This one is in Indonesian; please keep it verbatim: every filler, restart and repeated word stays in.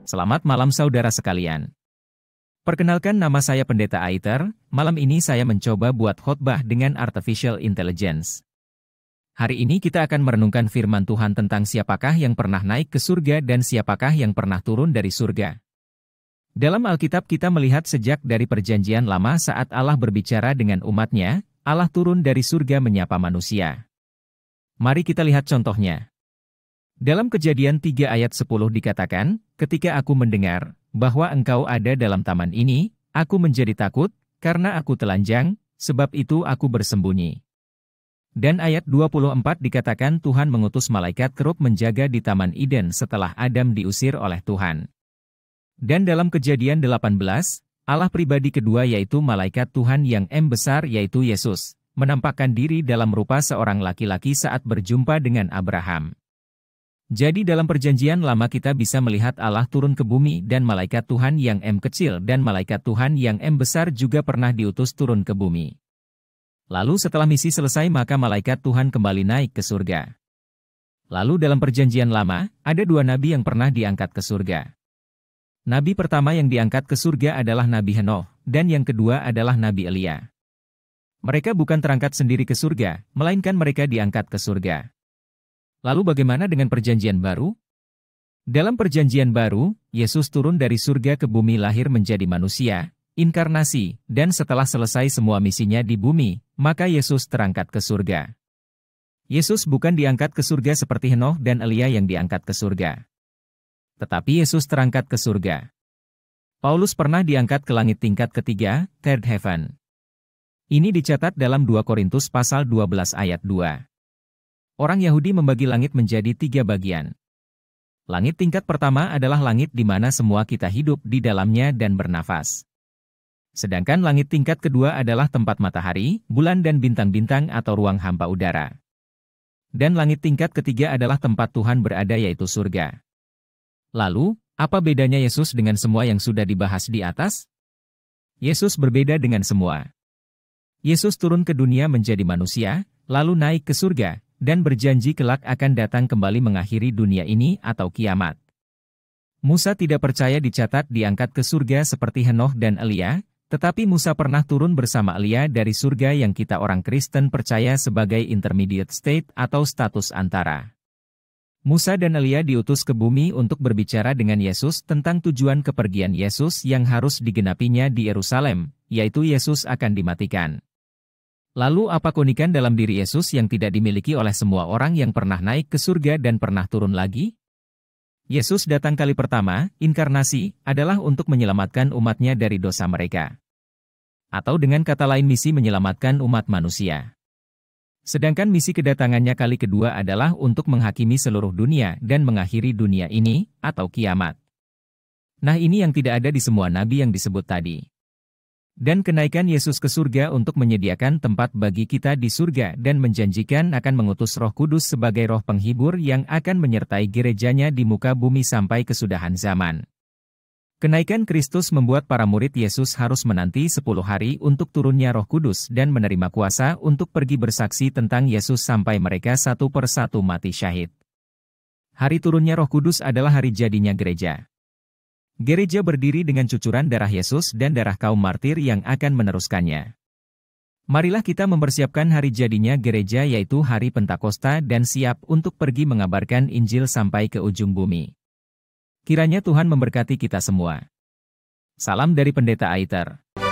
Selamat malam saudara sekalian. Perkenalkan, nama saya Pendeta Aiter. Malam ini saya mencoba buat khotbah dengan Artificial Intelligence. Hari ini kita akan merenungkan firman Tuhan tentang siapakah yang pernah naik ke surga dan siapakah yang pernah turun dari surga. Dalam Alkitab kita melihat sejak dari Perjanjian Lama saat Allah berbicara dengan umatnya, Allah turun dari surga menyapa manusia. Mari kita lihat contohnya. Dalam Kejadian tiga ayat sepuluh dikatakan, "Ketika aku mendengar bahwa engkau ada dalam taman ini, aku menjadi takut, karena aku telanjang, sebab itu aku bersembunyi." Dan ayat dua puluh empat dikatakan Tuhan mengutus malaikat kerub menjaga di Taman Eden setelah Adam diusir oleh Tuhan. Dan dalam Kejadian delapan belas, Allah pribadi kedua yaitu malaikat Tuhan yang M besar yaitu Yesus, menampakkan diri dalam rupa seorang laki-laki saat berjumpa dengan Abraham. Jadi dalam Perjanjian Lama kita bisa melihat Allah turun ke bumi dan malaikat Tuhan yang M kecil dan malaikat Tuhan yang M besar juga pernah diutus turun ke bumi. Lalu setelah misi selesai maka malaikat Tuhan kembali naik ke surga. Lalu dalam Perjanjian Lama, ada dua nabi yang pernah diangkat ke surga. Nabi pertama yang diangkat ke surga adalah Nabi Henoh, dan yang kedua adalah Nabi Elia. Mereka bukan terangkat sendiri ke surga, melainkan mereka diangkat ke surga. Lalu bagaimana dengan Perjanjian Baru? Dalam Perjanjian Baru, Yesus turun dari surga ke bumi lahir menjadi manusia, inkarnasi, dan setelah selesai semua misinya di bumi, maka Yesus terangkat ke surga. Yesus bukan diangkat ke surga seperti Henoh dan Elia yang diangkat ke surga. Tetapi Yesus terangkat ke surga. Paulus pernah diangkat ke langit tingkat ketiga, third heaven. Ini dicatat dalam dua Korintus pasal dua belas ayat dua. Orang Yahudi membagi langit menjadi tiga bagian. Langit tingkat pertama adalah langit di mana semua kita hidup di dalamnya dan bernafas. Sedangkan langit tingkat kedua adalah tempat matahari, bulan dan bintang-bintang atau ruang hampa udara. Dan langit tingkat ketiga adalah tempat Tuhan berada yaitu surga. Lalu, apa bedanya Yesus dengan semua yang sudah dibahas di atas? Yesus berbeda dengan semua. Yesus turun ke dunia menjadi manusia, lalu naik ke surga, dan berjanji kelak akan datang kembali mengakhiri dunia ini atau kiamat. Musa tidak percaya dicatat diangkat ke surga seperti Henoh dan Elia, tetapi Musa pernah turun bersama Elia dari surga yang kita orang Kristen percaya sebagai intermediate state atau status antara. Musa dan Elia diutus ke bumi untuk berbicara dengan Yesus tentang tujuan kepergian Yesus yang harus digenapinya di Yerusalem, yaitu Yesus akan dimatikan. Lalu apa keunikan dalam diri Yesus yang tidak dimiliki oleh semua orang yang pernah naik ke surga dan pernah turun lagi? Yesus datang kali pertama, inkarnasi, adalah untuk menyelamatkan umatnya dari dosa mereka. Atau dengan kata lain misi menyelamatkan umat manusia. Sedangkan misi kedatangannya kali kedua adalah untuk menghakimi seluruh dunia dan mengakhiri dunia ini, atau kiamat. Nah ini yang tidak ada di semua nabi yang disebut tadi. Dan kenaikan Yesus ke surga untuk menyediakan tempat bagi kita di surga dan menjanjikan akan mengutus Roh Kudus sebagai roh penghibur yang akan menyertai gerejanya di muka bumi sampai kesudahan zaman. Kenaikan Kristus membuat para murid Yesus harus menanti sepuluh hari untuk turunnya Roh Kudus dan menerima kuasa untuk pergi bersaksi tentang Yesus sampai mereka satu persatu mati syahid. Hari turunnya Roh Kudus adalah hari jadinya gereja. Gereja berdiri dengan cucuran darah Yesus dan darah kaum martir yang akan meneruskannya. Marilah kita mempersiapkan hari jadinya gereja yaitu hari Pentakosta dan siap untuk pergi mengabarkan Injil sampai ke ujung bumi. Kiranya Tuhan memberkati kita semua. Salam dari Pendeta Aiter.